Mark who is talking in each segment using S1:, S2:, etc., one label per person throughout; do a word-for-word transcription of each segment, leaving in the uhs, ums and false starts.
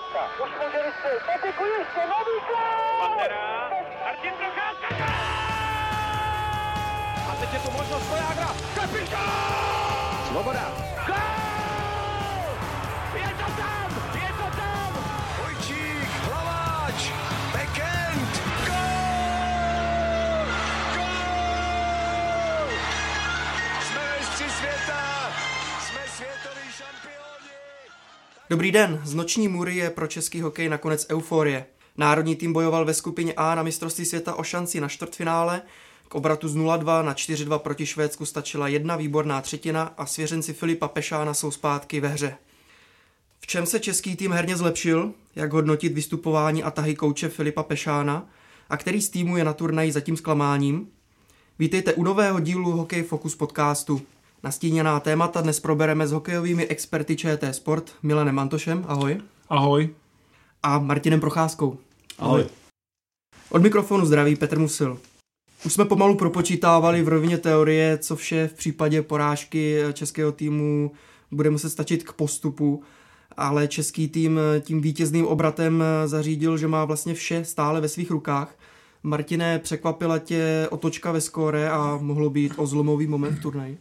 S1: Už může vystřelit, Peteku ještě, nový gól!
S2: Pantera, Martin Procházka! A teď je tu možnost Vojágra, kapitán!
S3: Svoboda!
S2: Gól! Je to tam, je to tam!
S3: Vojčík, Hlaváč, Bekend, gól! Gól! Jsme mistři světa, jsme světoví šampioni!
S4: Dobrý den, z noční můry je pro český hokej nakonec euforie. Národní tým bojoval ve skupině A na mistrovství světa o šanci na čtvrtfinále. K obratu z nula dva na čtyři dva proti Švédsku stačila jedna výborná třetina a svěřenci Filipa Pešána jsou zpátky ve hře. V čem se český tým herně zlepšil, jak hodnotit vystupování a tahy kouče Filipa Pešána a který z týmu je na turnaji zatím zklamáním? Vítejte u nového dílu Hokej Focus podcastu. Nastíněná témata dnes probereme s hokejovými experty ČT Sport Milanem Antošem, ahoj.
S5: Ahoj.
S4: A Martinem Procházkou.
S5: Ahoj.
S4: Od mikrofonu zdraví Petr Musil. Už jsme pomalu propočítávali v rovině teorie, co vše v případě porážky českého týmu bude muset stačit k postupu, ale český tým tím vítězným obratem zařídil, že má vlastně vše stále ve svých rukách. Martine, překvapila tě otočka ve skóre a mohlo být o zlomový moment v turnaji?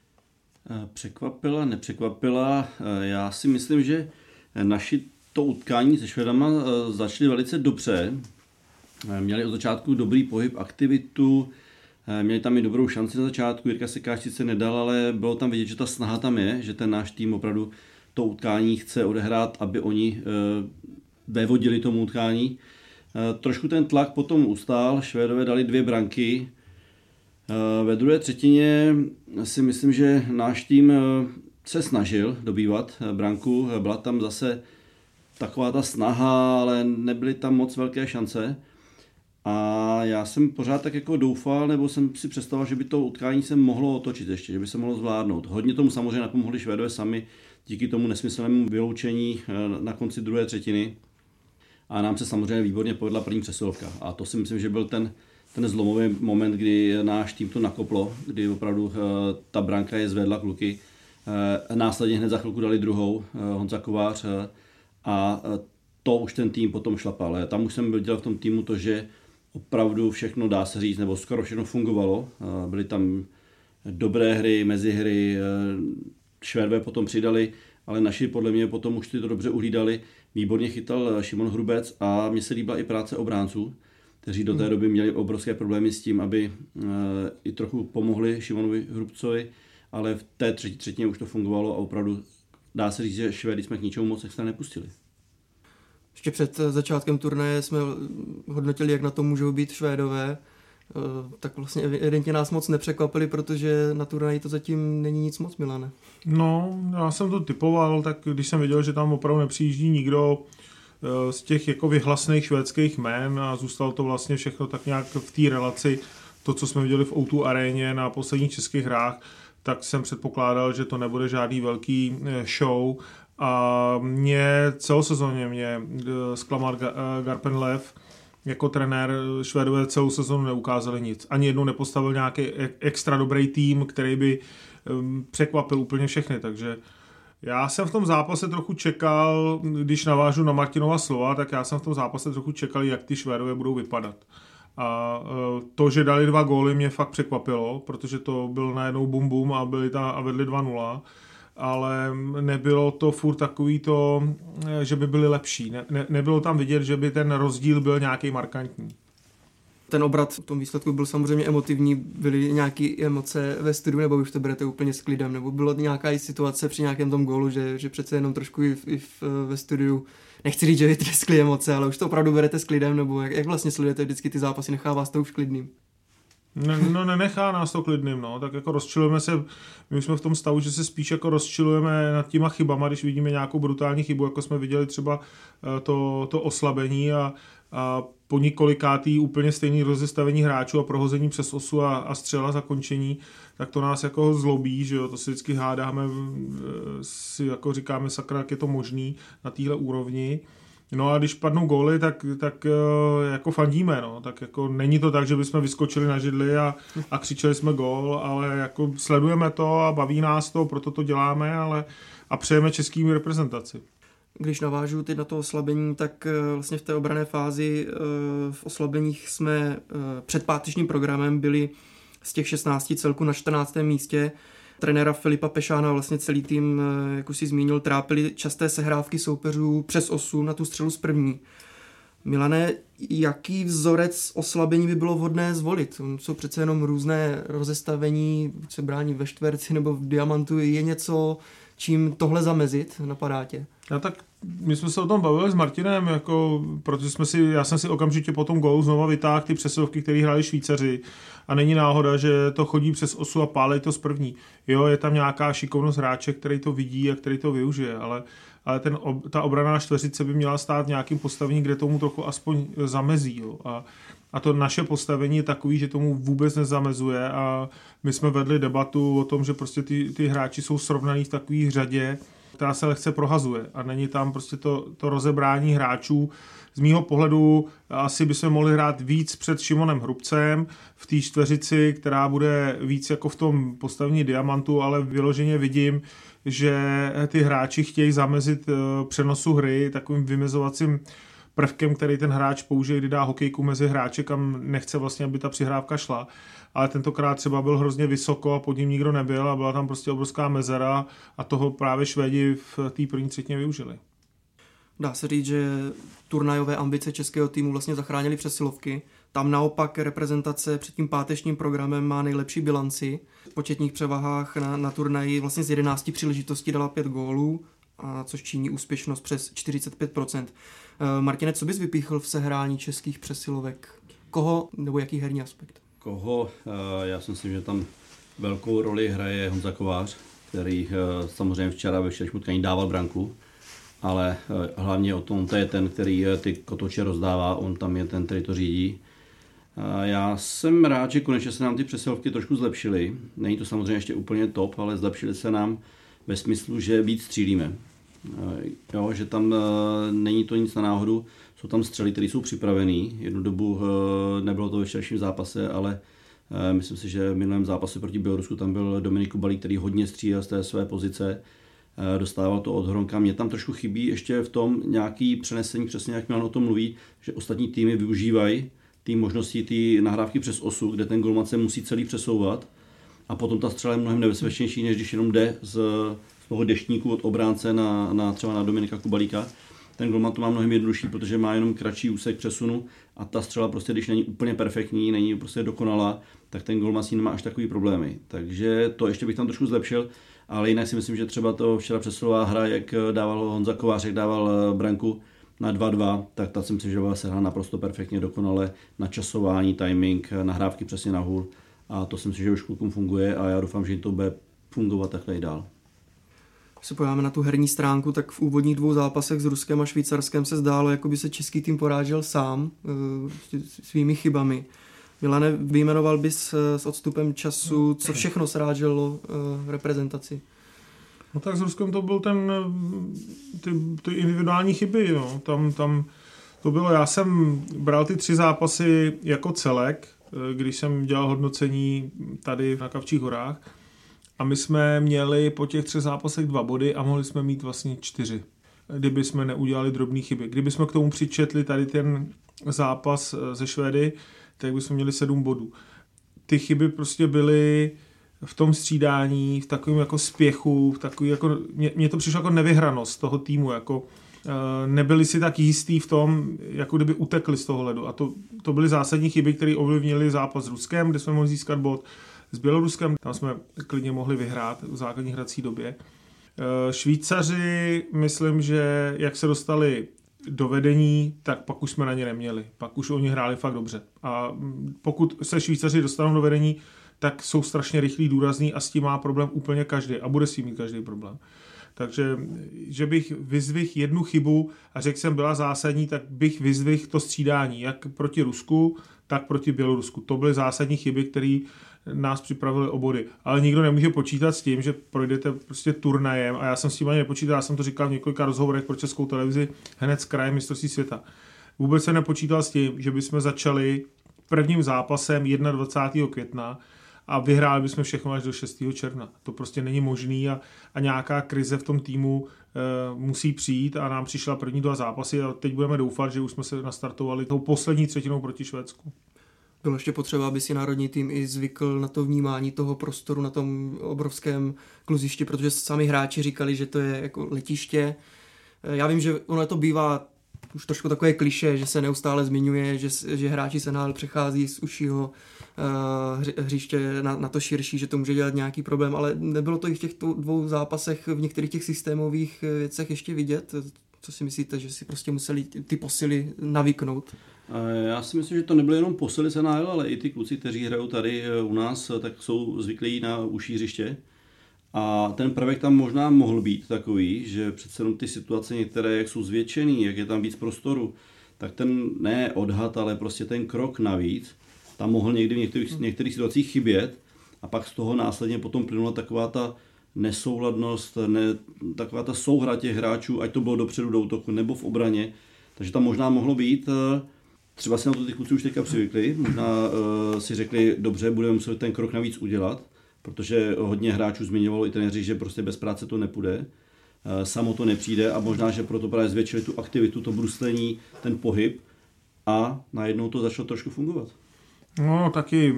S6: Překvapila, nepřekvapila. Já si myslím, že naši to utkání se Švédama začali velice dobře. Měli od začátku dobrý pohyb, aktivitu, měli tam i dobrou šanci na začátku. Jirka Sekáč sice nedal, ale bylo tam vidět, že ta snaha tam je, že ten náš tým opravdu to utkání chce odehrát, aby oni vévodili tomu utkání. Trošku ten tlak potom ustál, Švédové dali dvě branky. Ve druhé třetině si myslím, že náš tým se snažil dobývat branku. Byla tam zase taková ta snaha, ale nebyly tam moc velké šance. A já jsem pořád tak jako doufal, nebo jsem si představoval, že by to utkání se mohlo otočit ještě, že by se mohlo zvládnout. Hodně tomu samozřejmě napomohli Švédové sami díky tomu nesmyslnému vyloučení na konci druhé třetiny. A nám se samozřejmě výborně povedla první přesilovka. A to si myslím, že byl ten, ten zlomový moment, kdy náš tým to nakoplo, kdy opravdu ta branka je zvedla kluky. Následně hned za chvilku dali druhou, Honza Kovář, a to už ten tým potom šlapal. Tam už jsem viděl v tom týmu to, že opravdu všechno dá se říct, nebo skoro všechno fungovalo. Byly tam dobré hry, mezihry, Švédové potom přidali, ale naši podle mě potom už ty to dobře uhlídali. Výborně chytal Šimon Hrubec a mně se líbila i práce obránců, kteří do té doby měli obrovské problémy s tím, aby i trochu pomohli Šimonovi Hrubcovi, ale v té třetí třetině už to fungovalo a opravdu dá se říct, že Švédy jsme k ničemu moc extra nepustili.
S4: Ještě před začátkem turnaje jsme hodnotili, jak na to můžou být Švédové, tak vlastně evidentně nás moc nepřekvapili, protože na turnaji to zatím není nic moc, Milane.
S5: No, já jsem to typoval, tak když jsem viděl, že tam opravdu nepřijíždí nikdo z těch jako vyhlasných švédských jmén a zůstalo to vlastně všechno tak nějak v té relaci, to, co jsme viděli v ó dva aréně na posledních českých hrách, tak jsem předpokládal, že to nebude žádný velký show. A mě celosezóně mě zklamal Garpenlev jako trenér. Švédové celou sezonu neukázali nic. Ani jednou nepostavil nějaký extra dobrý tým, který by překvapil úplně všechny. Takže já jsem v tom zápase trochu čekal, když navážu na Martinova slova, tak já jsem v tom zápase trochu čekal, jak ty Švédové budou vypadat. A to, že dali dva góly, mě fakt překvapilo, protože to byl najednou bum bum a, byli tam, a vedli dva nula. Ale nebylo to furt takový to, že by byli lepší. Ne, ne, nebylo tam vidět, že by ten rozdíl byl nějaký markantní.
S4: Ten obrat v tom výsledku byl samozřejmě emotivní, byly nějaké emoce ve studiu, nebo už to berete úplně s klidem, nebo bylo nějaká situace při nějakém tom gólu, že, že přece jenom trošku i, v, i v, ve studiu, nechci říct, že vytřeskli emoce, ale už to opravdu berete s klidem, nebo jak, jak vlastně sledujete vždycky ty zápasy, nechá vás to už klidným?
S5: Ne, no nenechá nás to klidným, no, tak jako rozčilujeme se, my jsme v tom stavu, že se spíš jako rozčilujeme nad těma chybama, když vidíme nějakou brutální chybu, jako jsme viděli třeba to, to oslabení a, a po několikátý úplně stejný rozestavení hráčů a prohození přes osu a, a střela zakončení, tak to nás jako zlobí, že jo, to si vždycky hádáme, si jako říkáme sakra, jak je to možný na téhle úrovni. No a když padnou góly, tak, tak jako fandíme, no. Tak jako není to tak, že bychom vyskočili na židli a, a křičeli jsme gól, ale jako sledujeme to a baví nás to, proto to děláme, ale a přejeme českým reprezentaci.
S4: Když navážu teď na to oslabení, tak vlastně v té obranné fázi v oslabeních jsme před pátečním programem byli z těch šestnácti celku na čtrnáctém místě. Trenéra Filipa Pešána vlastně celý tým, jak už si zmínil, trápili časté sehrávky soupeřů přes osu na tu střelu z první. Milane, jaký vzorec oslabení by bylo vhodné zvolit? Jsou přece jenom různé rozestavení, se brání ve čtverci nebo v diamantu. Je něco, čím tohle zamezit, napadá tě?
S5: Já tak, my jsme se o tom bavili s Martinem, jako, protože jsme si, já jsem si okamžitě po tom gólu znova vytáhl ty přesilovky, které hráli Švýcaři. A není náhoda, že to chodí přes osu a pálej to z první. Jo, je tam nějaká šikovnost hráče, který to vidí a který to využije, ale, ale ten, ta obranná čtveřice by měla stát v nějakým postavení, kde tomu trochu aspoň zamezí. Jo. A, a to naše postavení je takový, že tomu vůbec nezamezuje a my jsme vedli debatu o tom, že prostě ty, ty hráči jsou srovnaný v takové řadě, která se lehce prohazuje a není tam prostě to, to rozebrání hráčů. Z mýho pohledu asi bychom mohli hrát víc před Šimonem Hrubcem v té čtveřici, která bude víc jako v tom postavení diamantu, ale vyloženě vidím, že ty hráči chtějí zamezit přenosu hry takovým vymezovacím prvkem, který ten hráč použije, kdy dá hokejku mezi hráče, kam nechce vlastně, aby ta přihrávka šla. Ale tentokrát třeba byl hrozně vysoko a pod ním nikdo nebyl a byla tam prostě obrovská mezera a toho právě Švédi v té první třetině využili.
S4: Dá se říct, že turnajové ambice českého týmu vlastně zachránili přesilovky. Tam naopak reprezentace před tím pátečním programem má nejlepší bilanci. V početních převahách na, na turnaji vlastně z jedenácti příležitostí dala pět gólů, a což činí úspěšnost přes čtyřicet pět procent. Martine, co bys vypíchl v sehrání českých přesilovek? Koho nebo jaký herní aspekt?
S6: Koho? Já si myslím, že tam velkou roli hraje Honza Kovář, který samozřejmě včera ve včerejším utkání dával branku, ale hlavně o tom, to je ten, který ty kotouče rozdává, on tam je ten, který to řídí. Já jsem rád, že konečně se nám ty přesilovky trošku zlepšily. Není to samozřejmě ještě úplně top, ale zlepšily se nám ve smyslu, že víc střílíme. Jo, že tam není to nic na náhodu, jsou tam střely, které jsou připravený. Jednu dobu nebylo to ve včerejším zápase, ale myslím si, že v minulém zápase proti Bělorusku tam byl Dominik Kubalík, který hodně střílel z té své pozice. Dostával to od Hronka. Mně tam trošku chybí ještě v tom nějaký přenesení, přesně jak Milan o tom mluví, že ostatní týmy využívají ty možnosti, ty nahrávky přes osu, kde ten golman se musí celý přesouvat a potom ta střela je mnohem nebezpečnější, než když jenom jde z, z toho deštníku od obránce na, na třeba na Dominika Kubalíka. Ten golman to má mnohem jednodušší, protože má jenom kratší úsek přesunu a ta střela prostě, když není úplně perfektní, není prostě dokonalá, tak ten golman s ní nemá až takový problémy. Takže to ještě bych tam trošku zlepšil. Ale jinak si myslím, že třeba to včera přesilová hra, jak dával Honza Kovář, jak dával branku na dva dva, tak ta si myslím, že byla sehrána naprosto perfektně, dokonale načasování, timing, nahrávky přesně na hůl a to si myslím, že už klukům funguje a já doufám, že jim to bude fungovat takhle i dál.
S4: Když se podíváme na tu herní stránku, tak v úvodních dvou zápasech s Ruskem a Švýcarskem se zdálo, jako by se český tým porážel sám svými chybami. Milane, vyjmenoval bys s odstupem času, co všechno sráželo reprezentaci?
S5: No tak s Ruskem to byl ten, ty, ty individuální chyby, no. Tam, tam to bylo, já jsem bral ty tři zápasy jako celek, když jsem dělal hodnocení tady na Kavčích horách a my jsme měli po těch třech zápasech dva body a mohli jsme mít vlastně čtyři, kdyby jsme neudělali drobné chyby. Kdyby jsme k tomu přičetli tady ten zápas ze Švédy, tak bychom měli sedm bodů. Ty chyby prostě byly v tom střídání, v takovém jako spěchu, v takový jako, mně to přišlo jako nevyhranost toho týmu, jako nebyli si tak jistý v tom, jako kdyby utekli z toho ledu. A to, to byly zásadní chyby, které ovlivnily zápas s Ruskem, kde jsme mohli získat bod, s Běloruskem, tam jsme klidně mohli vyhrát v základní hrací době. Švýcaři, myslím, že jak se dostali do vedení, tak pak už jsme na ně neměli. Pak už oni hráli fakt dobře. A pokud se Švýcaři dostanou do vedení, tak jsou strašně rychlí, důrazní a s tím má problém úplně každý. A bude s tím mít každý problém. Takže, že bych vyzdvihl jednu chybu a řekl jsem, byla zásadní, tak bych vyzdvihl to střídání, jak proti Rusku, tak proti Bělorusku. To byly zásadní chyby, které nás připravili o body. Ale nikdo nemůže počítat s tím, že projdete prostě turnajem a já jsem s tím ani nepočítal, já jsem to říkal v několika rozhovorech pro Českou televizi hned z kraje mistrovství světa. Vůbec jsem nepočítal s tím, že bychom začali prvním zápasem dvacátého prvního května a vyhráli bychom všechno až do šestého června. To prostě není možný a, a nějaká krize v tom týmu e, musí přijít a nám přišla první dva zápasy a teď budeme doufat, že už jsme se nastartovali tou poslední třetinou proti Švédsku.
S4: Bylo ještě potřeba, aby si národní tým i zvykl na to vnímání toho prostoru na tom obrovském kluzišti, protože sami hráči říkali, že to je jako letiště. Já vím, že ono to bývá už trošku takové klišé, že se neustále zmiňuje, že, že hráči se nál přechází z užšího uh, hřiště na, na to širší, že to může dělat nějaký problém, ale nebylo to i v těchto dvou zápasech v některých těch systémových věcech ještě vidět? Co si myslíte, že si prostě museli ty posily navyknout?
S6: Já si myslím, že to nebyly jenom posily z N H L, ale i ty kluci, kteří hrajou tady u nás, tak jsou zvyklí na užší hřiště. A ten prvek tam možná mohl být takový, že přece jenom ty situace některé, jak jsou zvětšený, jak je tam víc prostoru, tak ten ne odhad, ale prostě ten krok navíc, tam mohl někdy v některých, některých situacích chybět a pak z toho následně potom plynula taková ta nesouladnost, ne, taková ta souhra těch hráčů, ať to bylo dopředu do útoku nebo v obraně. Takže tam možná mohlo být, třeba si na to ty kluci už teďka přivykli, možná uh, si řekli, dobře, budeme muset ten krok navíc udělat, protože hodně hráčů zmiňovalo i trenéři, že prostě bez práce to nepůjde, uh, samo to nepřijde a možná, že proto právě zvětšili tu aktivitu, to bruslení, ten pohyb a najednou to začalo trošku fungovat.
S5: No taky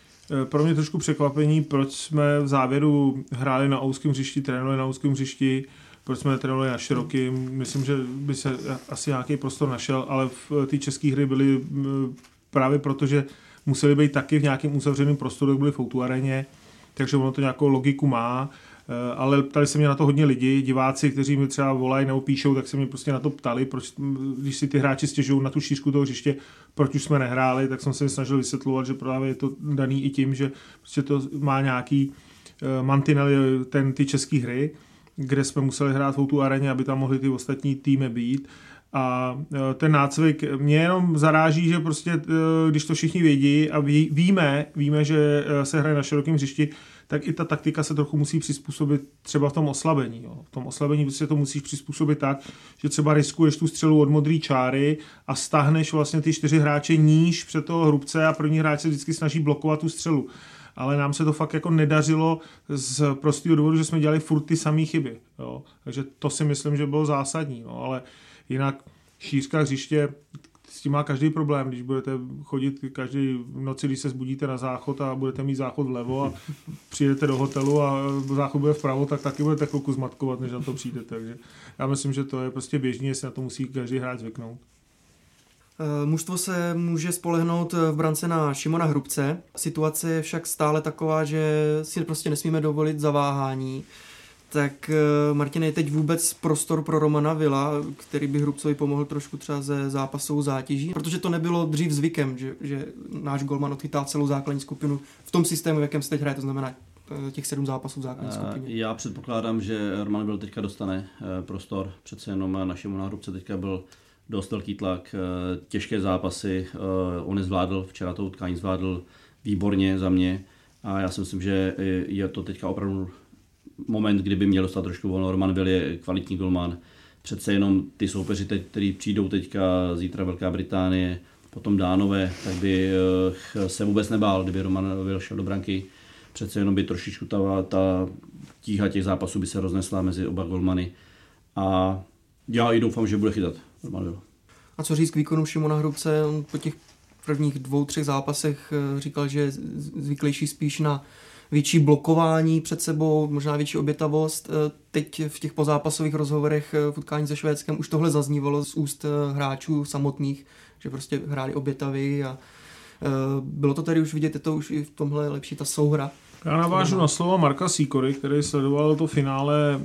S5: pro mě trošku překvapení, proč jsme v závěru hráli na úzkém hřišti, trénovali na úzkém hřišti, proč jsme trénovali na širokým. Myslím, že by se asi nějaký prostor našel, ale v té české hry byly právě proto, že museli být taky v nějakém uzavřeném prostoru, jak byli v Outu aréně, takže ono to nějakou logiku má. Ale ptali se mě na to hodně lidi, diváci, kteří mi třeba volají nebo píšou, tak se mě prostě na to ptali, proč, když si ty hráči stěžují na tu šířku toho hřiště, proč už jsme nehráli, tak jsem se snažil vysvětlovat, že právě je to daný i tím, že prostě to má nějaký uh, mantinely, ten, ty české hry, kde jsme museli hrát v Outu aréně, aby tam mohli ty ostatní týmy být. A uh, ten nácvik mě jenom zaráží, že prostě, uh, když to všichni vědí a ví, víme, víme, že uh, se hraje na širokém hřišti, tak i ta taktika se trochu musí přizpůsobit třeba v tom oslabení. Jo. V tom oslabení prostě to musíš přizpůsobit tak, že třeba riskuješ tu střelu od modré čáry a stáhneš vlastně ty čtyři hráče níž před toho hrubce a první hráč se vždycky snaží blokovat tu střelu. Ale nám se to fakt jako nedařilo z prostého důvodu, že jsme dělali furt ty samé chyby. Jo. Takže to si myslím, že bylo zásadní. Jo. Ale jinak šířka hřiště, s tím má každý problém, když budete chodit každý noci, když se zbudíte na záchod a budete mít záchod vlevo a přijdete do hotelu a záchod bude vpravo, tak taky budete chvilku zmatkovat, než na to přijde. Takže já myslím, že to je prostě běžný, jestli na to musí každý hráč zvyknout.
S4: Mužstvo se může spolehnout v brance na Šimona Hrubce. Situace je však stále taková, že si prostě nesmíme dovolit zaváhání. Tak Martine, je teď vůbec prostor pro Romana Villa, který by Hrubcovi pomohl trošku třeba ze zápasovou zátěží? Protože to nebylo dřív zvykem, že, že náš golman odchytá celou základní skupinu v tom systému, v jakém se teď hraje, to znamená těch sedm zápasů v základní skupině.
S6: Já předpokládám, že Roman Will teďka dostane prostor, přece jenom na Šimona Hrubce teďka byl dost velký tlak, těžké zápasy, on je zvládl, včera to utkání zvládl výborně za mě a já si myslím, že je to teďka opravdu moment, kdyby měl dostat trošku volno. Roman Will je kvalitní golman. Přece jenom ty soupeři, teď, který přijdou teďka zítra Velká Británie, potom Dánové, tak by se vůbec nebál, kdyby Roman Will šel do branky. Přece jenom by trošičku ta, ta tíha těch zápasů by se roznesla mezi oba golmany. A já i doufám, že bude chytat Roman Will.
S4: A co říct k výkonu Šimona Hrubce? On po těch prvních dvou, třech zápasech říkal, že je zvyklejší spíš na větší blokování před sebou, možná větší obětavost. Teď v těch pozápasových rozhovorech v utkání se Švédskem už tohle zaznívalo z úst hráčů samotných, že prostě hráli obětavy a bylo to tady už vidět, je to už i v tomhle lepší ta souhra.
S5: Já navážu na slova Marka Sýkory, který sledoval to finále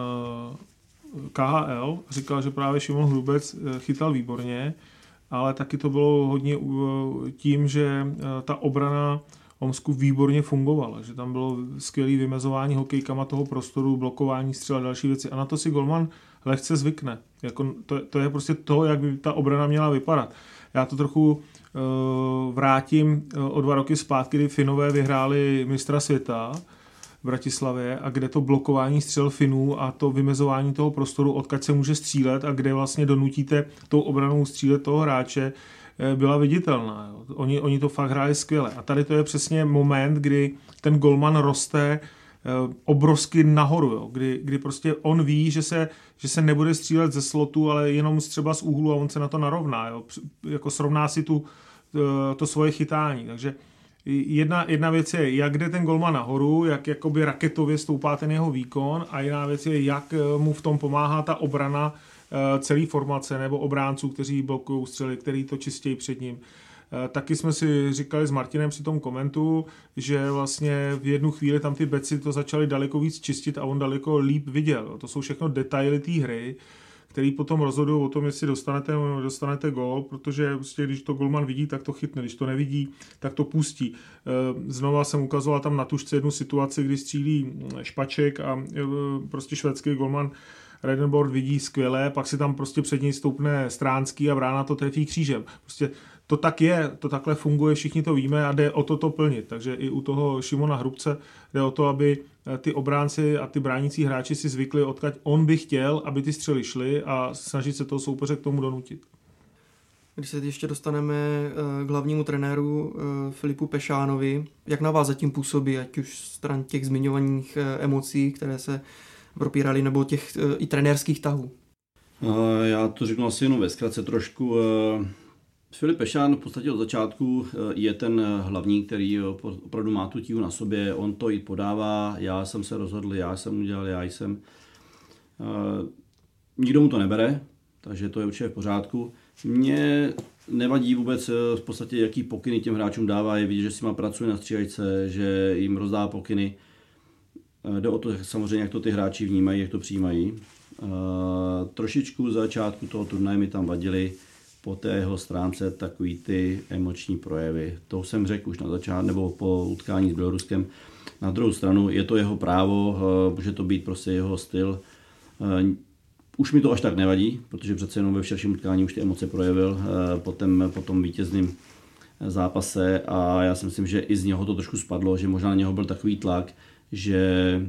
S5: K H L. Říkal, že právě Šimon Hrubec chytal výborně, ale taky to bylo hodně tím, že ta obrana Omsku výborně fungovala, že tam bylo skvělé vymezování hokejkama toho prostoru, blokování střel a další věci a na to si golman lehce zvykne. Jako to, to je prostě to, jak by ta obrana měla vypadat. Já to trochu uh, vrátím uh, o dva roky zpátky, kdy Finové vyhráli mistra světa v Bratislavě a kde to blokování střel Finů a to vymezování toho prostoru, odkud se může střílet a kde vlastně donutíte tou obranou střílet toho hráče, byla viditelná. Jo. Oni, oni to fakt hráli skvěle. A tady to je přesně moment, kdy ten golman roste obrovsky nahoru, jo. Kdy, kdy prostě on ví, že se, že se nebude střílet ze slotu, ale jenom třeba z úhlu a on se na to narovná. Jo. Jako srovná si tu, to svoje chytání. Takže Jedna, jedna věc je, jak jde ten golman nahoru, jak jakoby raketově stoupá ten jeho výkon, a jiná věc je, jak mu v tom pomáhá ta obrana celé formace nebo obránců, kteří blokují střely, který to čistějí před ním. Taky jsme si říkali s Martinem při tom komentu, že vlastně v jednu chvíli tam ty beci to začali daleko víc čistit a on daleko líp viděl. To jsou všechno detaily té hry, který potom rozhodují o tom, jestli dostanete, dostanete gól, protože prostě, když to golman vidí, tak to chytne, když to nevidí, tak to pustí. Znova jsem ukazoval tam na tušce jednu situaci, kdy střílí Špaček a prostě švédský golman Redenborg vidí skvěle, pak si tam prostě před něj stoupne Stránský a brána to trefí křížem. Prostě to tak je, to takhle funguje, všichni to víme a jde o to to plnit. Takže i u toho Šimona Hrubce jde o to, aby ty obránci a ty bránící hráči si zvykli, odkud on by chtěl, aby ty střely šly, a snažit se toho soupeře k tomu donutit.
S4: Když se ještě dostaneme k hlavnímu trenéru Filipu Pešánovi, jak na vás zatím působí, ať už stran těch zmiňovaných emocí, které se propíraly, nebo těch i trenérských tahů?
S6: Já to řeknu asi jenom ve zkratce trošku. Filip Pešán v podstatě od začátku je ten hlavní, který opravdu má tu tíhu na sobě, on to i podává, já jsem se rozhodl, já jsem udělal, já jsem. Nikdo mu to nebere, takže to je určitě v pořádku. Mně nevadí vůbec v podstatě, jaký pokyny těm hráčům dává, je vidět, že si má pracuje na stříhačce, že jim rozdá pokyny. Jde o to samozřejmě, jak to ty hráči vnímají, jak to přijímají. Trošičku za začátku toho turnaje mi tam vadili po té jeho stránce takový ty emoční projevy. To jsem řekl už na začátku, nebo po utkání s Běloruskem. Na druhou stranu je to jeho právo, může to být prostě jeho styl. Už mi to až tak nevadí, protože přece jenom ve širším utkání už ty emoce projevil po, tém, po tom vítězném zápase, a já si myslím, že i z něho to trošku spadlo, že možná na něho byl takový tlak, že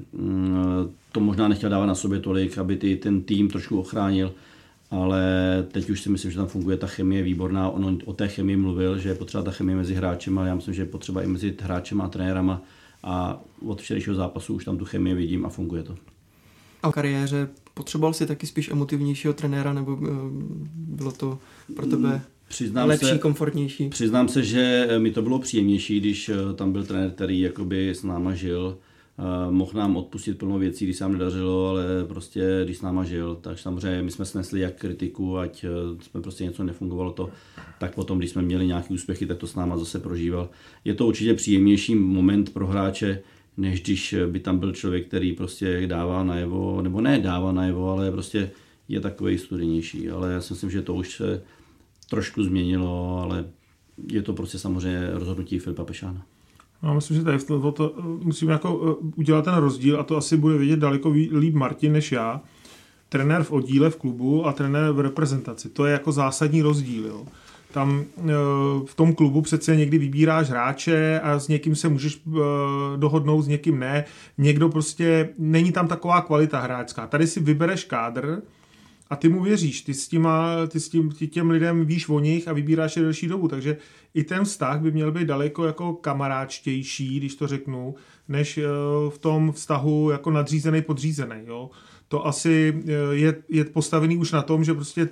S6: to možná nechtěl dávat na sobě tolik, aby ty, ten tým trošku ochránil, ale teď už si myslím, že tam funguje ta chemie výborná. On o té chemii mluvil, že je potřeba ta chemie mezi hráčema, já myslím, že je potřeba i mezi hráčema a trenérama, a od včerejšího zápasu už tam tu chemii vidím a funguje to.
S4: A v kariéře potřeboval si taky spíš emotivnějšího trenéra, nebo bylo to pro tebe přiznám lepší, se, komfortnější?
S6: Přiznám se, že mi to bylo příjemnější, když tam byl trenér, který jakoby s náma žil. Mohl nám odpustit plno věcí, když se nám nedařilo, ale prostě když s náma žil, tak samozřejmě my jsme snesli jak kritiku, ať jsme prostě něco nefungovalo to, tak potom, když jsme měli nějaké úspěchy, tak to s náma zase prožíval. Je to určitě příjemnější moment pro hráče, než když by tam byl člověk, který prostě dává najevo, nebo ne dává najevo, ale prostě je takovej studenější. Ale já si myslím, že to už se trošku změnilo, ale je to prostě samozřejmě rozhodnutí Filipa Pešána.
S5: No, myslím, že tady to, to musíme jako udělat ten rozdíl, a to asi bude vědět daleko líp Martin než já. Trenér v oddíle v klubu a trenér v reprezentaci. To je jako zásadní rozdíl. Jo. Tam v tom klubu přece někdy vybíráš hráče a s někým se můžeš dohodnout, s někým ne. Někdo prostě, není tam taková kvalita hráčská. Tady si vybereš kádr a ty mu věříš, ty s, těma, ty s tím, ty těm lidem víš o nich a vybíráš je delší dobu, takže i ten vztah by měl být daleko jako kamarádštější, když to řeknu, než v tom vztahu jako nadřízený podřízený. Jo. To asi je, je postavený už na tom, že prostě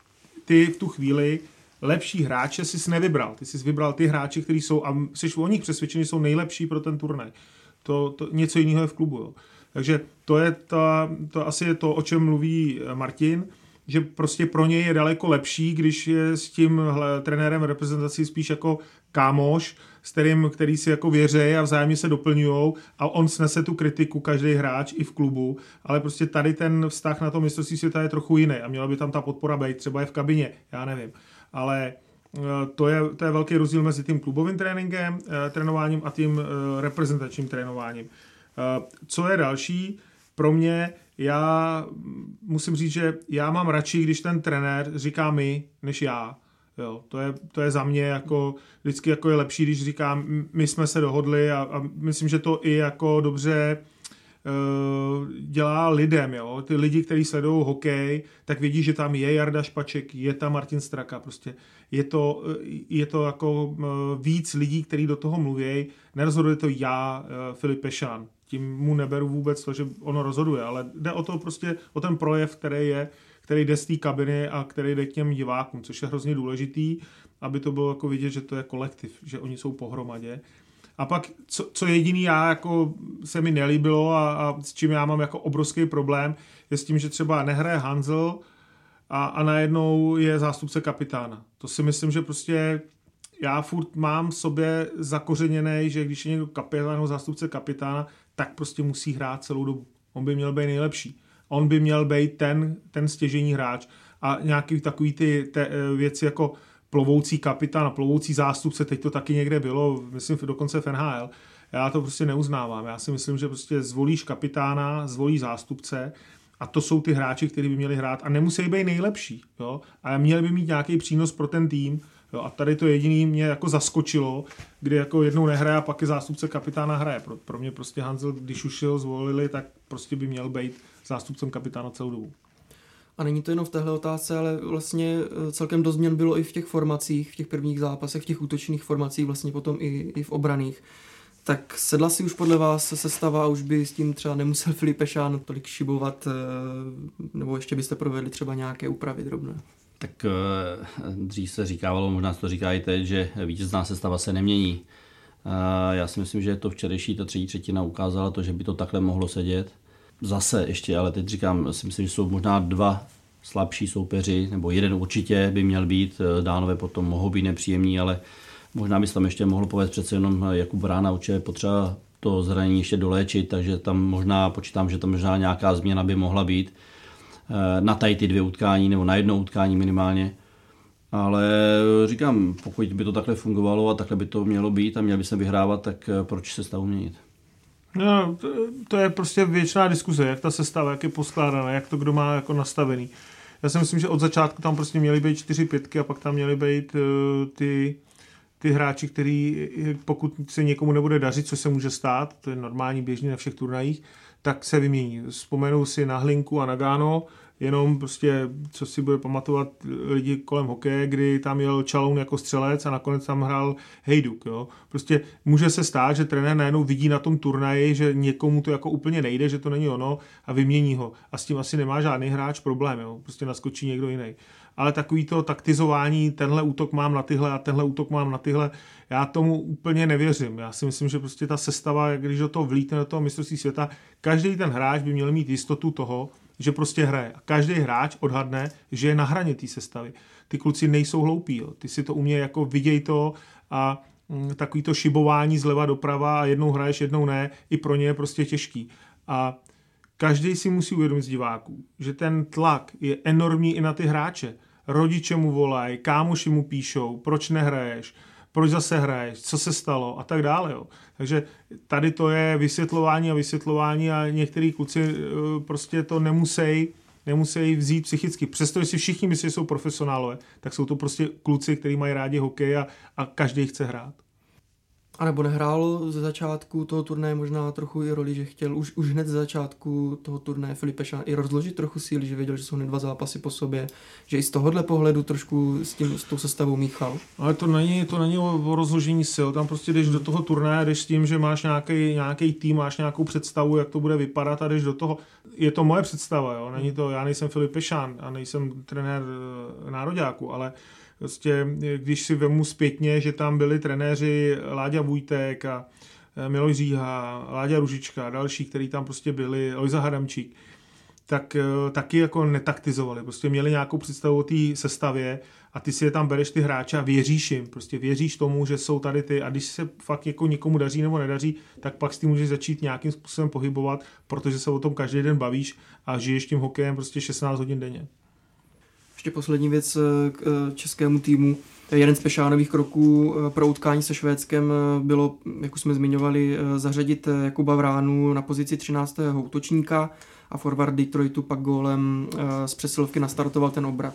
S5: ty v tu chvíli lepší hráče jsi nevybral. Ty jsi vybral ty hráče, kteří jsou, a jsi o nich přesvědčený, jsou nejlepší pro ten turnaj. To, to něco jiného je v klubu. Jo. Takže to je ta, to asi je to, o čem mluví Martin, že prostě pro něj je daleko lepší, když je s tím hle, trenérem reprezentací spíš jako kámoš, s kterým, který si jako věří a vzájemně se doplňujou, a on snese tu kritiku, každý hráč i v klubu, ale prostě tady ten vztah na tom mistrovství světa je trochu jiný a měla by tam ta podpora být, třeba je v kabině, já nevím. Ale to je, to je velký rozdíl mezi tím klubovým tréninkem, trénováním a tím reprezentačním trénováním. Co je další? Pro mě, já musím říct, že já mám radši, když ten trenér říká my, než já. Jo, to je, to je za mě jako, vždycky jako je lepší, když říkám, my jsme se dohodli, a, a myslím, že to i jako dobře dělá lidem. Jo? Ty lidi, kteří sledují hokej, tak vědí, že tam je Jarda Špaček, je tam Martin Straka. Prostě je to, je to jako víc lidí, kteří do toho mluví. Nerozhoduje to já, Filip Pešán. Tím mu neberu vůbec to, že ono rozhoduje, ale jde o to prostě, o ten projev, který je, který jde z té kabiny a který jde k těm divákům, což je hrozně důležitý, aby to bylo jako vidět, že to je kolektiv, že oni jsou pohromadě. A pak, co, co jediný já jako se mi nelíbilo a, a s čím já mám jako obrovský problém, je s tím, že třeba nehraje Hanzl a, a najednou je zástupce kapitána. To si myslím, že prostě já furt mám v sobě zakořeněný, že když je někdo kapitán nebo zástupce kapitána, tak prostě musí hrát celou dobu. On by měl být nejlepší. On by měl být ten, ten stěžejní hráč. A nějaký takový ty te, věci jako plovoucí kapitán a plovoucí zástupce, teď to taky někde bylo, myslím dokonce v N H L, já to prostě neuznávám. Já si myslím, že prostě zvolíš kapitána, zvolíš zástupce a to jsou ty hráči, kteří by měli hrát a nemusí být nejlepší, jo? Ale měli by mít nějaký přínos pro ten tým. Jo, a tady to jediný mě jako zaskočilo, kdy jako jednou nehraje a pak je zástupce kapitána hraje. Pro, pro mě prostě Hanzl, když už ho zvolili, tak prostě by měl být zástupcem kapitána celou dobu.
S4: A není to jenom v téhle otázce, ale vlastně celkem dost změn bylo i v těch formacích, v těch prvních zápasech, v těch útočných formacích, vlastně potom i, i v obraných. Tak sedla si už podle vás sestava a už by s tím třeba nemusel Filip Pešán tolik šibovat, nebo ještě byste provedli třeba nějaké úpravy drobné?
S6: Tak dřív se říkávalo, možná se to říká i teď, že vítězná sestava se nemění. Já si myslím, že to včerejší ta třetí třetina ukázala to, že by to takhle mohlo sedět. Zase ještě, ale teď říkám, si myslím, že jsou možná dva slabší soupeři, nebo jeden určitě by měl být, Dánové potom mohou být nepříjemní, ale možná by se tam ještě mohlo povést přece jenom Jakub Vrána, určitě potřeba to zranění ještě doléčit, takže tam možná počítám, že tam možná nějaká změna by mohla být na tady ty dvě utkání, nebo na jedno utkání minimálně. Ale říkám, pokud by to takhle fungovalo a takhle by to mělo být a měl by se vyhrávat, tak proč se stavu měnit?
S5: No, to, to je prostě věčná diskuze, jak ta sestava, jak je poskládaná, jak to kdo má jako nastavený. Já si myslím, že od začátku tam prostě měly být čtyři pětky a pak tam měly být uh, ty, ty hráči, který pokud se někomu nebude dařit, co se může stát, to je normální běžný na všech turnajích, tak se vymění. Vzpomenou si na Hlinku a na Gáno, jenom prostě, co si bude pamatovat lidi kolem hokeje, kdy tam jel Čaloun jako střelec a nakonec tam hrál Hejduk. Jo. Prostě může se stát, že trenér najednou vidí na tom turnaji, že někomu to jako úplně nejde, že to není ono a vymění ho. A s tím asi nemá žádný hráč problém, jo. Prostě naskočí někdo jiný. Ale takový to taktizování, tenhle útok mám na tyhle a tenhle útok mám na tyhle, já tomu úplně nevěřím. Já si myslím, že prostě ta sestava, když do toho vlítne do toho mistrovství světa, každý ten hráč by měl mít jistotu toho, že prostě hraje. A každý hráč odhadne, že je na hraně té sestavy. Ty kluci nejsou hloupí, jo. Ty si to umějí jako viděj to a mm, takový to šibování zleva doprava a jednou hraješ, jednou ne, i pro ně je prostě těžký. A každý si musí uvědomit z diváků, že ten tlak je enormní i na ty hráče. Rodiče mu volají, kámoši mu píšou, proč nehraješ, proč zase hraješ, co se stalo a tak dále. Jo. Takže tady to je vysvětlování a vysvětlování a některý kluci prostě to nemusí, nemusí vzít psychicky. Přestože si všichni myslí, že jsou profesionálové, tak jsou to prostě kluci, kteří mají rádi hokej a, a každý chce hrát.
S4: A nebo nehrálo ze začátku toho turnaje možná trochu i roli, že chtěl už, už hned ze začátku toho turnaje Filip Pešán i rozložit trochu síly, že věděl, že jsou hned dva zápasy po sobě, že i z tohohle pohledu trošku s, tím, s tou sestavou míchal.
S5: Ale to není, to není o, o rozložení sil, tam prostě jdeš do toho turnaje, jdeš s tím, že máš nějaký, nějaký tým, máš nějakou představu, jak to bude vypadat a jdeš do toho. Je to moje představa, jo? Není to, já nejsem Filip Pešán a nejsem trenér nároďáku, ale prostě, když si vemu zpětně, že tam byli trenéři Láďa Vujtek a Miloš Říha, Láďa Ružička a další, kteří tam prostě byli, Lojza Hadamčík, tak taky jako netaktizovali. Prostě měli nějakou představu o té sestavě a ty si je tam bereš ty hráče a věříš jim. Prostě věříš tomu, že jsou tady ty a když se fakt jako někomu daří nebo nedaří, tak pak s tím můžeš začít nějakým způsobem pohybovat, protože se o tom každý den bavíš a žiješ tím hokejem prostě šestnáct hodin denně.
S4: Ještě poslední věc k českému týmu. Jeden z Pešánových kroků pro utkání se Švédskem bylo, jak už jsme zmiňovali, zařadit Jakuba Vránu na pozici třináctého útočníka a forward Detroitu pak gólem z přesilovky nastartoval ten obrat.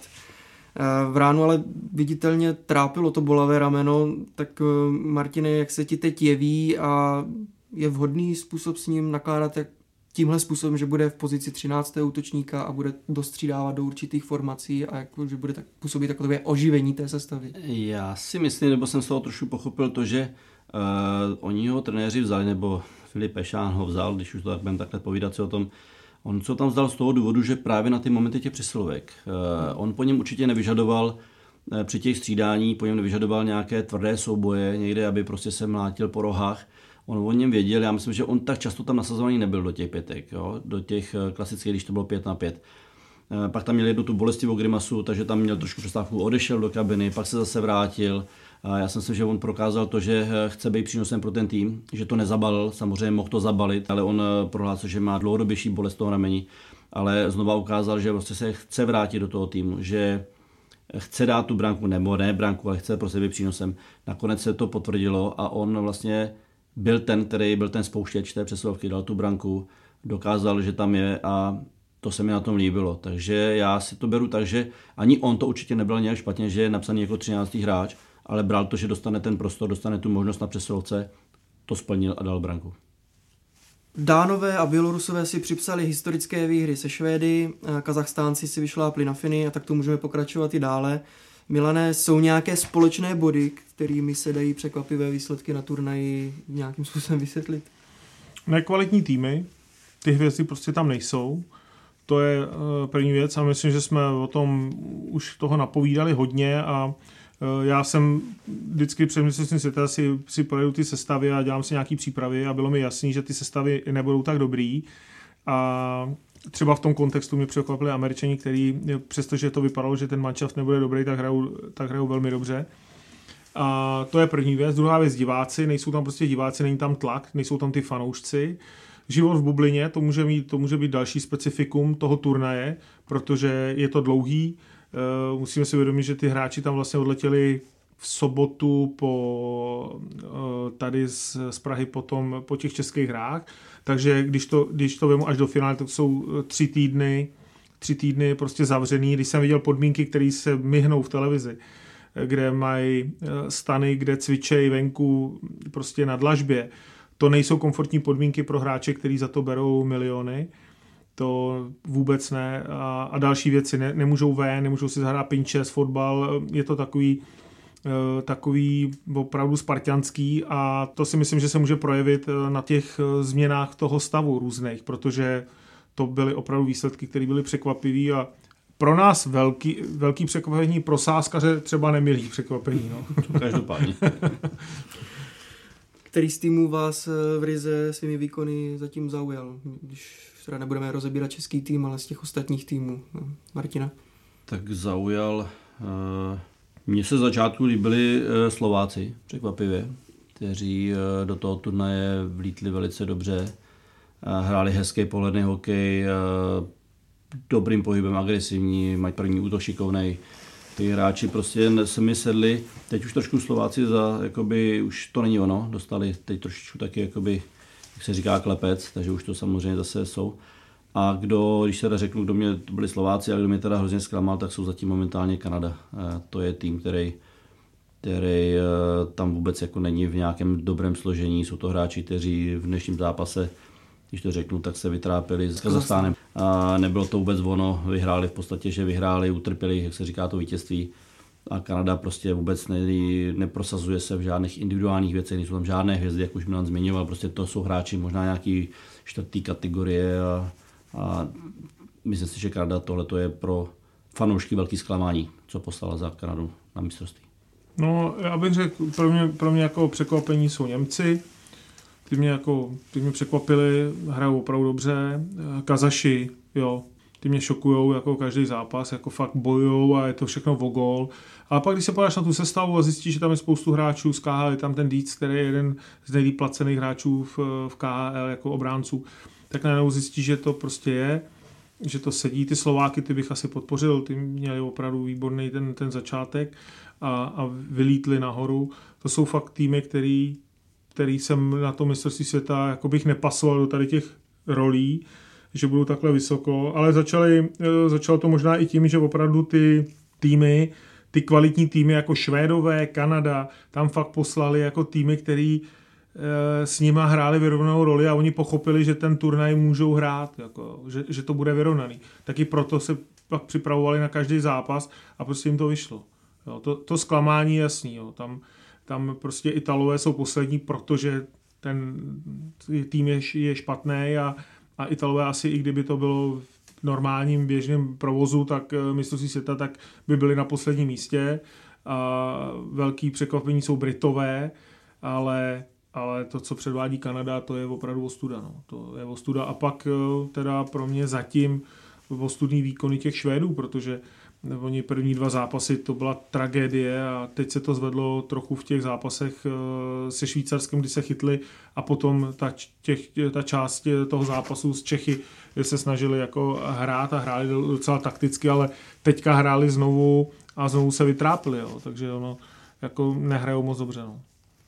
S4: Vránu ale viditelně trápilo to bolavé rameno, tak Martine, jak se ti teď jeví a je vhodný způsob s ním nakládat, jak tímhle způsobem, že bude v pozici třináctého útočníka a bude dostřídávat do určitých formací a jako, že bude tak působit takové oživení té sestavy.
S6: Já si myslím, nebo jsem z toho trošku pochopil to, že uh, oni ho trenéři vzali, nebo Filip Ešán ho vzal, když už to tak budeme takhle povídat si o tom, on co tam vzal z toho důvodu, že právě na ty momenty těch přesilovek. Uh, on po něm určitě nevyžadoval uh, při těch střídání, po něm nevyžadoval nějaké tvrdé souboje, někde, aby prostě se mlátil po rohách. On o něm věděl, já myslím, že on tak často tam nasazovaný nebyl do těch pětek, jo? Do těch klasických, když to bylo pět na pět. Pak tam měl jednu tu bolestivou grimasu, takže tam měl trošku přestávku, odešel do kabiny, pak se zase vrátil. Já si myslím, že on prokázal to, že chce být přínosem pro ten tým, že to nezabalil, samozřejmě mohl to zabalit, ale on prohlásil, že má dlouhodobější bolest toho rameni, ale znova ukázal, že prostě se chce vrátit do toho týmu, že chce dát tu branku, nebo ne branku, ale chce pro sebe přínosem. Nakonec se to potvrdilo a on vlastně byl ten, který byl ten spouštěč té přesilovky, dal tu branku, dokázal, že tam je a to se mi na tom líbilo. Takže já si to beru tak, že ani on to určitě nebyl nějak špatně, že je napsaný jako třináctý hráč, ale bral to, že dostane ten prostor, dostane tu možnost na přesilovce, to splnil a dal branku.
S4: Dánové a Bělorusové si připsali historické výhry se Švédy, Kazachstánci si vyšlápli na Finy a tak to můžeme pokračovat i dále. Milané, jsou nějaké společné body, kterými se dají překvapivé výsledky na turnaji nějakým způsobem vysvětlit?
S5: Nekvalitní týmy, ty hvězdy prostě tam nejsou. To je první věc a myslím, že jsme o tom už toho napovídali hodně a já jsem vždycky před mistrovstvím světa si, si projedu ty sestavy a dělám si nějaký přípravy a bylo mi jasný, že ty sestavy nebudou tak dobrý a třeba v tom kontextu mě překvapili Američani, který přestože to vypadalo, že ten manšaft nebude dobrý, tak hrajou, tak hrajou velmi dobře. A to je první věc. Druhá věc, diváci, nejsou tam prostě diváci, není tam tlak, nejsou tam ty fanoušci. Život v bublině, to může, mít, to může být další specifikum toho turnaje, protože je to dlouhý. Uh, musíme si uvědomit, že ty hráči tam vlastně odletěli v sobotu po, uh, tady z, z Prahy potom, po těch českých hrách. Takže když to, když to vemu až do finále, tak jsou tři týdny, tři týdny prostě zavřený. Když jsem viděl podmínky, které se myhnou v televizi, kde mají stany, kde cvičejí venku prostě na dlažbě, to nejsou komfortní podmínky pro hráče, kteří za to berou miliony. To vůbec ne. A, a další věci, ne, nemůžou ven, nemůžou si zahrát pinčes, fotbal. Je to takový, takový opravdu spartianský a to si myslím, že se může projevit na těch změnách toho stavu různých, protože to byly opravdu výsledky, které byly překvapivý a pro nás velký, velký překvapení, pro sázkaře třeba nemilý překvapení. No.
S6: Každopádně.
S4: Který z týmů vás v Rize svými výkony zatím zaujal? Když teda nebudeme rozebírat český tým, ale z těch ostatních týmů. Martina?
S6: Tak zaujal... Uh... Mně se začátku líbili Slováci, překvapivě, kteří do toho turnaje vlítli velice dobře, hráli hezký pohledný hokej, dobrým pohybem, agresivní, mají první útok šikovnej. Ty hráči prostě se mi sedli, teď už trošku Slováci za, jakoby, už to není ono, dostali teď trošičku taky, jakoby, jak se říká, klepec, takže už to samozřejmě zase jsou. A kdo, když teda řeknu, kdo mě, to byli Slováci a kdo mě teda hrozně zklamal, tak jsou zatím momentálně Kanada. To je tým, který, který tam vůbec jako není v nějakém dobrém složení. Jsou to hráči, kteří v dnešním zápase, když to řeknu, tak se vytrápili s Kazachstánem. A nebylo to vůbec ono, vyhráli v podstatě, že vyhráli, utrpěli, jak se říká, to vítězství. A Kanada prostě vůbec ne, neprosazuje se v žádných individuálních věcech, nejsou tam žádné hvězdy, jak už Milan zmiňoval, prostě to jsou hráči možná nějaký čtvrtý kategorie a A myslím si, že Kanada tohleto je pro fanoušky velký zklamání, co poslala za Kanadu na mistrovství.
S5: No, já bych řekl, pro mě, pro mě jako překvapení jsou Němci. Ty mě, jako, ty mě překvapili, hrajou opravdu dobře. Kazaši, jo, ty mě šokujou jako každý zápas, jako fakt bojujou a je to všechno o gól. Ale pak, když se podáš na tu sestavu a zjistíš, že tam je spoustu hráčů z K H L, je tam ten Dietz, který je jeden z nejlíp placených hráčů v, v K H L jako obránců, tak najednou zjistíš, že to prostě je, že to sedí. Ty Slováky, ty bych asi podpořil, ty měli opravdu výborný ten, ten začátek a, a vylítli nahoru. To jsou fakt týmy, který, který jsem na tom mistrovství světa jako bych nepasoval do tady těch rolí, že budou takhle vysoko, ale začali, začalo to možná i tím, že opravdu ty týmy, ty kvalitní týmy jako Švédové, Kanada, tam fakt poslali jako týmy, který s nima hráli vyrovnanou roli a oni pochopili, že ten turnaj můžou hrát, jako, že, že to bude vyrovnaný. Taky proto se pak připravovali na každý zápas a prostě jim to vyšlo. Jo, to, to zklamání je jasný. Jo. Tam, tam prostě Italové jsou poslední, protože ten tým je, je špatný a, a Italové asi, i kdyby to bylo v normálním běžném provozu, tak mistrovství světa, tak by byli na posledním místě. A velký překvapení jsou Britové, ale, ale to, co předvádí Kanada, to je opravdu ostuda. No. To je ostuda. A pak teda pro mě zatím ostudný výkony těch Švédů, protože oni první dva zápasy, to byla tragédie a teď se to zvedlo trochu v těch zápasech se Švýcarskem, kdy se chytli a potom ta, těch, ta část toho zápasu s Čechy se snažili jako hrát a hráli docela takticky, ale teďka hráli znovu a znovu se vytrápili, jo. Takže ono jako nehrajou moc dobře. No.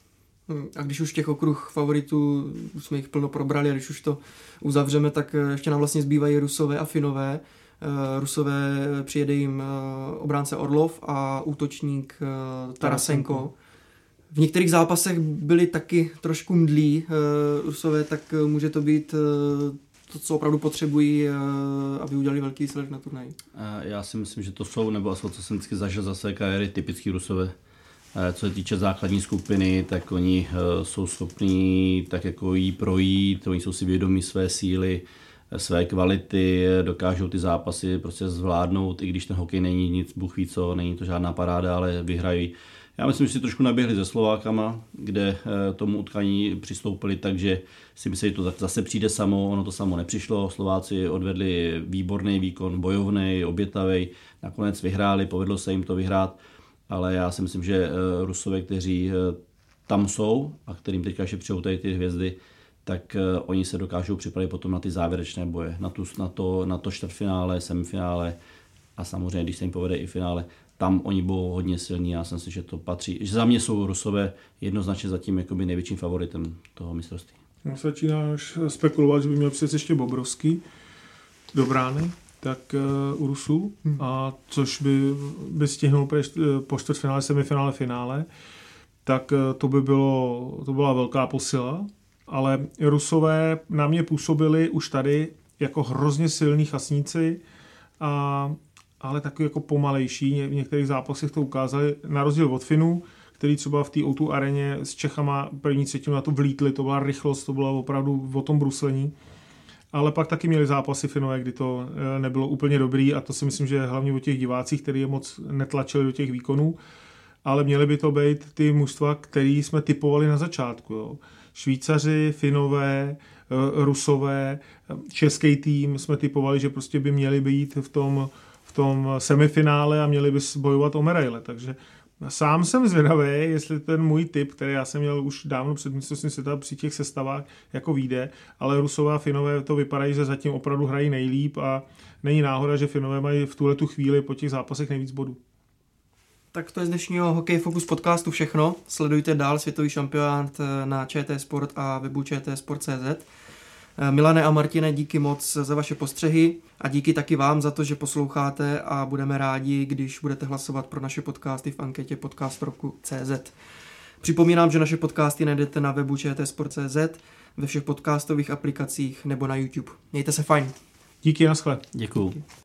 S4: A když už těch okruh favoritů jsme jich plno probrali a když už to uzavřeme, tak ještě nám vlastně zbývají Rusové a Finové. Rusové přijede jim obránce Orlov a útočník Tarasenko. V některých zápasech byli taky trošku mdlí Rusové, tak může to být to, co opravdu potřebují, aby udělali velký výsledek na turnaji.
S6: Já si myslím, že to jsou, nebo aspoň co jsem vždycky zažil za své kariéry, typický Rusové. Co se týče základní skupiny, tak oni jsou schopní tak jako jí projít, oni jsou si vědomí své síly, své kvality, dokážou ty zápasy prostě zvládnout, i když ten hokej není nic, Bůh ví co, není to žádná paráda, ale vyhrají. Já myslím, že si trošku naběhli se Slovákama, kde tomu utkání přistoupili, takže si myslím, že to zase přijde samo, ono to samo nepřišlo. Slováci odvedli výborný výkon, bojovný, obětavý, nakonec vyhráli, povedlo se jim to vyhrát, ale já si myslím, že Rusové, kteří tam jsou a kterým teďka ještě přihoutají ty hvězdy, tak uh, oni se dokážou připravit potom na ty závěrečné boje, na, tu, na, to, na to čtvrtfinále, semifinále a samozřejmě, když se jim povede i finále, tam oni budou hodně silní, já si myslím, že to patří, že za mě jsou Rusové jednoznačně zatím jakoby největším favoritem toho mistrovství.
S5: No, začínáš spekulovat, že by měl přece ještě Bobrovský do brány, tak uh, u Rusů, hmm. a což by, by stihnul po čtvrtfinále, semifinále, finále, tak uh, to by bylo, to byla velká posila. Ale Rusové na mě působili už tady jako hrozně silní chasníci, a, ale takový jako pomalejší. V některých zápasech to ukázali, na rozdíl od Finů, který třeba v té ó dva areně s Čechama první třetinu na to vlítli, to byla rychlost, to bylo opravdu o tom bruslení. Ale pak taky měli zápasy Finové, kdy to nebylo úplně dobrý a to si myslím, že hlavně o těch divácích, který je moc netlačili do těch výkonů, ale měly by to být ty mužstva, který jsme typovali na začátku, jo. Švýcaři, Finové, Rusové, český tým jsme typovali, že prostě by měli být v tom, v tom semifinále a měli by bojovat o medaile. Takže sám jsem zvědavý, jestli ten můj tip, který já jsem měl už dávno před mistrovstvím světa při těch sestavách, jako vyjde, ale Rusové a Finové to vypadají, že zatím opravdu hrají nejlíp a není náhoda, že Finové mají v tuhletu chvíli po těch zápasech nejvíc bodů.
S4: Tak to je z dnešního Hokej Focus podcastu všechno. Sledujte dál světový šampionát na ČT Sport a webu čtsport tečka cé zet. Milane a Martine, díky moc za vaše postřehy a díky taky vám za to, že posloucháte a budeme rádi, když budete hlasovat pro naše podcasty v anketě podcast roku tečka cé zet. Připomínám, že naše podcasty najdete na webu čtsport tečka cé zet, ve všech podcastových aplikacích nebo na YouTube. Mějte se fajn.
S5: Díky, naschle.
S6: Děkuju. Díky.